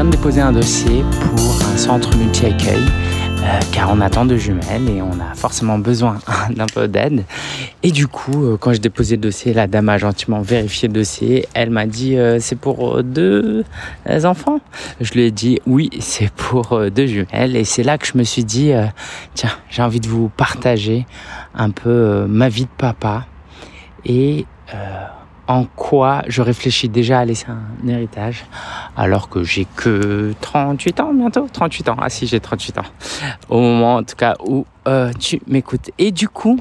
train de déposer un dossier pour un centre multi-accueil car on attend 2 jumelles et on a forcément besoin d'un peu d'aide. Et du coup, quand je déposais le dossier, la dame a gentiment vérifié le dossier. Elle m'a dit c'est pour 2 enfants. Je lui ai dit oui, c'est pour 2 jumelles. Et c'est là que je me suis dit tiens, j'ai envie de vous partager un peu ma vie de papa et en quoi je réfléchis déjà à laisser un héritage alors que j'ai que 38 ans bientôt. 38 ans, ah si, j'ai 38 ans au moment en tout cas où tu m'écoutes. Et du coup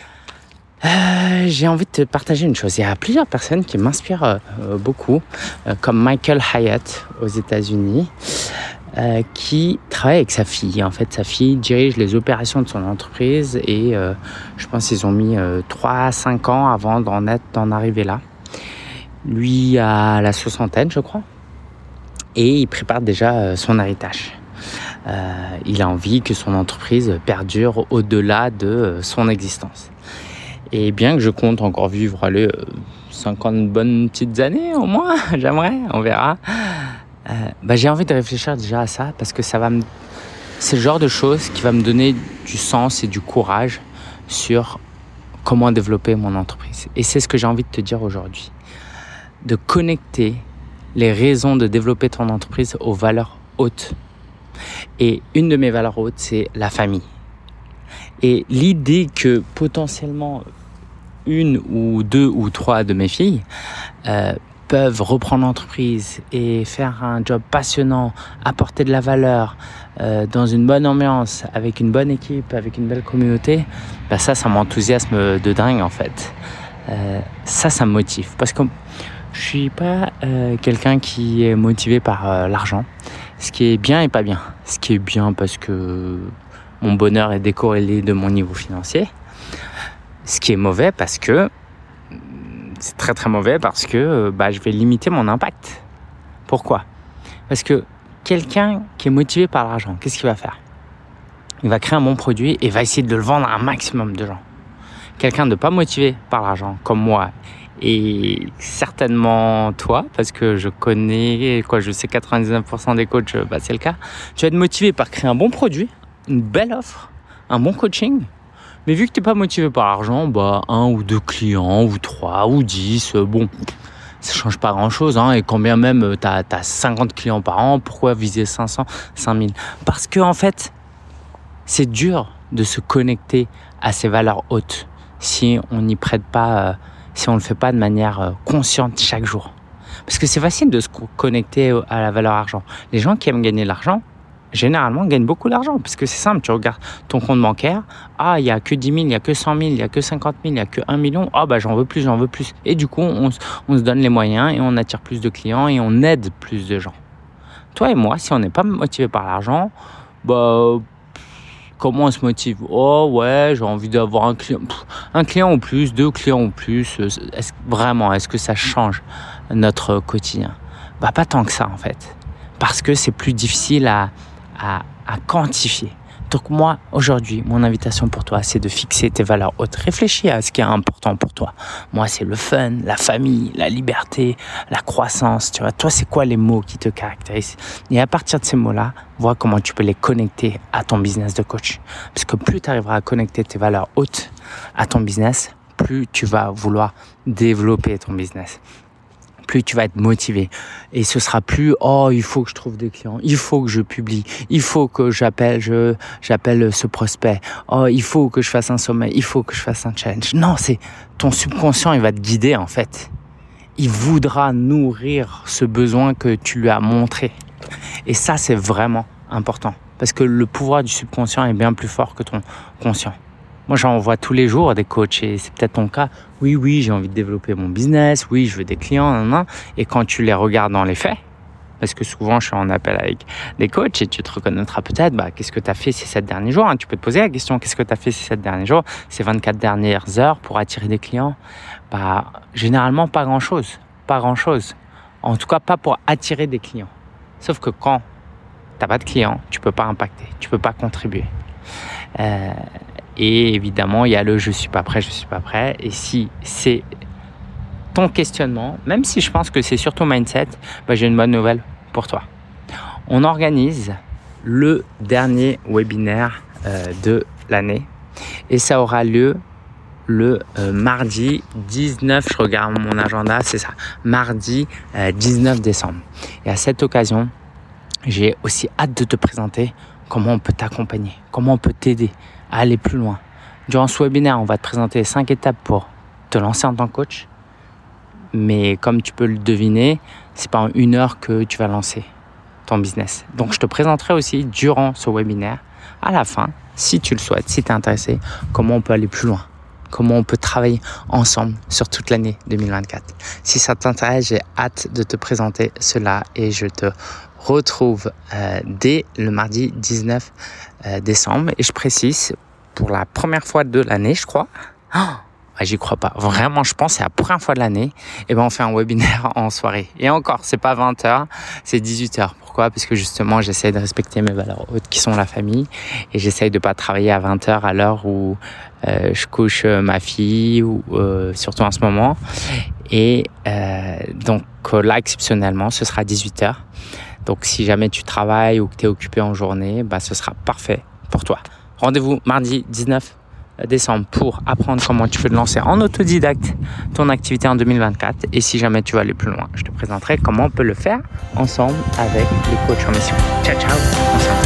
j'ai envie de te partager une chose. Il y a plusieurs personnes qui m'inspirent beaucoup comme Michael Hyatt aux États-Unis qui travaille avec sa fille. En fait, sa fille dirige les opérations de son entreprise et je pense qu'ils ont mis 3 à 5 ans avant d'en arriver là. Lui a la 60aine, je crois, et il prépare déjà son héritage. Il a envie que son entreprise perdure au-delà de son existence. Et bien que je compte encore vivre 50 bonnes petites années au moins, j'aimerais, on verra. J'ai envie de réfléchir déjà à ça parce que c'est le genre de choses qui va me donner du sens et du courage sur comment développer mon entreprise. Et c'est ce que j'ai envie de te dire aujourd'hui. De connecter les raisons de développer ton entreprise aux valeurs hautes. Et une de mes valeurs hautes, c'est la famille. Et l'idée que potentiellement 1 ou 2 ou 3 de mes filles peuvent reprendre l'entreprise et faire un job passionnant, apporter de la valeur dans une bonne ambiance, avec une bonne équipe, avec une belle communauté, ça m'enthousiasme de dingue en fait. Ça me motive parce que je suis pas quelqu'un qui est motivé par l'argent, ce qui est bien et pas bien. Ce qui est bien parce que mon bonheur est décorrélé de mon niveau financier. Ce qui est mauvais parce que c'est très très mauvais parce que je vais limiter mon impact. Pourquoi ? Parce que quelqu'un qui est motivé par l'argent, qu'est-ce qu'il va faire ? Il va créer un bon produit et va essayer de le vendre à un maximum de gens. Quelqu'un de pas motivé par l'argent, comme moi, et certainement toi, parce que je sais 99% des coachs, c'est le cas. Tu vas être motivé par créer un bon produit, une belle offre, un bon coaching. Mais vu que tu n'es pas motivé par l'argent, 1 ou 2 clients, ou 3 ou 10, ça change pas grand-chose. Et quand bien même tu as 50 clients par an, pourquoi viser 500, 5000 ? Parce que en fait, c'est dur de se connecter à ces valeurs hautes si on n'y prête pas, si on le fait pas de manière consciente chaque jour. Parce que c'est facile de se connecter à la valeur argent. Les gens qui aiment gagner de l'argent, généralement gagnent beaucoup d'argent parce que c'est simple, tu regardes ton compte bancaire, il y a que 10 000, il y a que 100 000, il y a que 50 000, il y a que 1 million, j'en veux plus. Et du coup, on se donne les moyens et on attire plus de clients et on aide plus de gens. Toi et moi, si on n'est pas motivé par l'argent, comment on se motive ? J'ai envie d'avoir un client ou plus, 2 clients ou plus. Est-ce que ça change notre quotidien ? Pas tant que ça en fait, parce que c'est plus difficile à quantifier. Donc moi, aujourd'hui, mon invitation pour toi, c'est de fixer tes valeurs hautes. Réfléchis à ce qui est important pour toi. Moi, c'est le fun, la famille, la liberté, la croissance. Tu vois, toi, c'est quoi les mots qui te caractérisent ? Et à partir de ces mots-là, vois comment tu peux les connecter à ton business de coach. Parce que plus tu arriveras à connecter tes valeurs hautes à ton business, plus tu vas vouloir développer ton business. Plus tu vas être motivé. Et ce sera plus il faut que je trouve des clients, il faut que je publie, il faut que j'appelle ce prospect, il faut que je fasse un sommet, il faut que je fasse un challenge. Non, c'est ton subconscient, il va te guider en fait. Il voudra nourrir ce besoin que tu lui as montré. Et ça, c'est vraiment important. Parce que le pouvoir du subconscient est bien plus fort que ton conscient. Moi, j'en vois tous les jours des coachs et c'est peut-être ton cas. Oui, j'ai envie de développer mon business. Oui, je veux des clients. Et quand tu les regardes dans les faits, parce que souvent, je suis en appel avec des coachs et tu te reconnaîtras peut-être, qu'est-ce que tu as fait ces 7 derniers jours ? Tu peux te poser la question, qu'est-ce que tu as fait ces 7 derniers jours, ces 24 dernières heures pour attirer des clients ? Généralement, pas grand-chose. Pas grand-chose. En tout cas, pas pour attirer des clients. Sauf que quand tu n'as pas de clients, tu ne peux pas impacter, tu ne peux pas contribuer. Et évidemment, il y a je suis pas prêt. Et si c'est ton questionnement, même si je pense que c'est surtout mindset, j'ai une bonne nouvelle pour toi. on organise le dernier webinaire de l'année et ça aura lieu le mardi 19, je regarde mon agenda, c'est ça, mardi 19 décembre. Et à cette occasion, j'ai aussi hâte de te présenter comment on peut t'accompagner, comment on peut t'aider à aller plus loin. Durant ce webinaire, on va te présenter 5 étapes pour te lancer en tant que coach. Mais comme tu peux le deviner, c'est pas en 1 heure que tu vas lancer ton business. Donc, je te présenterai aussi durant ce webinaire, à la fin, si tu le souhaites, si tu es intéressé, comment on peut aller plus loin, comment on peut travailler ensemble sur toute l'année 2024. Si ça t'intéresse, j'ai hâte de te présenter cela et je te retrouve dès le mardi 19 décembre. Et je précise, pour la première fois de l'année, je crois, j'y crois pas. Vraiment, je pense que c'est la première fois de l'année. Et on fait un webinaire en soirée. Et encore, c'est pas 20h, c'est 18h. Pourquoi ? Parce que justement, j'essaie de respecter mes valeurs hautes qui sont la famille. Et j'essaie de pas travailler à 20h à l'heure où je couche ma fille, ou surtout en ce moment. Et donc là, exceptionnellement, ce sera 18h. Donc si jamais tu travailles ou que tu es occupé en journée, ce sera parfait pour toi. Rendez-vous mardi 19 décembre pour apprendre comment tu peux te lancer en autodidacte ton activité en 2024. Et si jamais tu veux aller plus loin, je te présenterai comment on peut le faire ensemble avec les coachs en mission. Ciao, ciao.